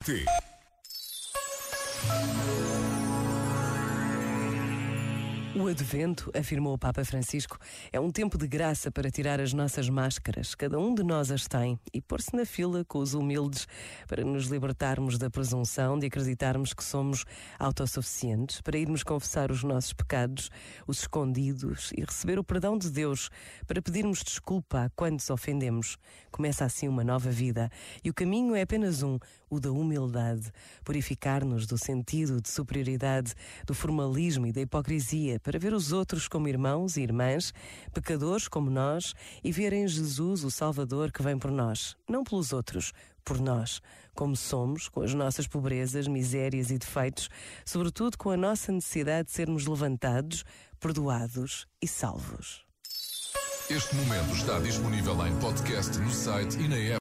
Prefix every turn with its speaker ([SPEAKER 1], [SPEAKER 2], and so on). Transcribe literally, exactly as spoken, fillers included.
[SPEAKER 1] pt.
[SPEAKER 2] O Advento, afirmou o Papa Francisco, é um tempo de graça para tirar as nossas máscaras, cada um de nós as tem, e pôr-se na fila com os humildes para nos libertarmos da presunção de acreditarmos que somos autossuficientes, para irmos confessar os nossos pecados, os escondidos, e receber o perdão de Deus, para pedirmos desculpa a quantos ofendemos. Começa assim uma nova vida, e o caminho é apenas um, o da humildade, purificar-nos do sentido de superioridade, do formalismo e da hipocrisia, para ver os outros como irmãos e irmãs, pecadores como nós, e ver em Jesus o Salvador que vem por nós, não pelos outros, por nós, como somos, com as nossas pobrezas, misérias e defeitos, sobretudo com a nossa necessidade de sermos levantados, perdoados e salvos.
[SPEAKER 1] Este momento está disponível em podcast no site e na app.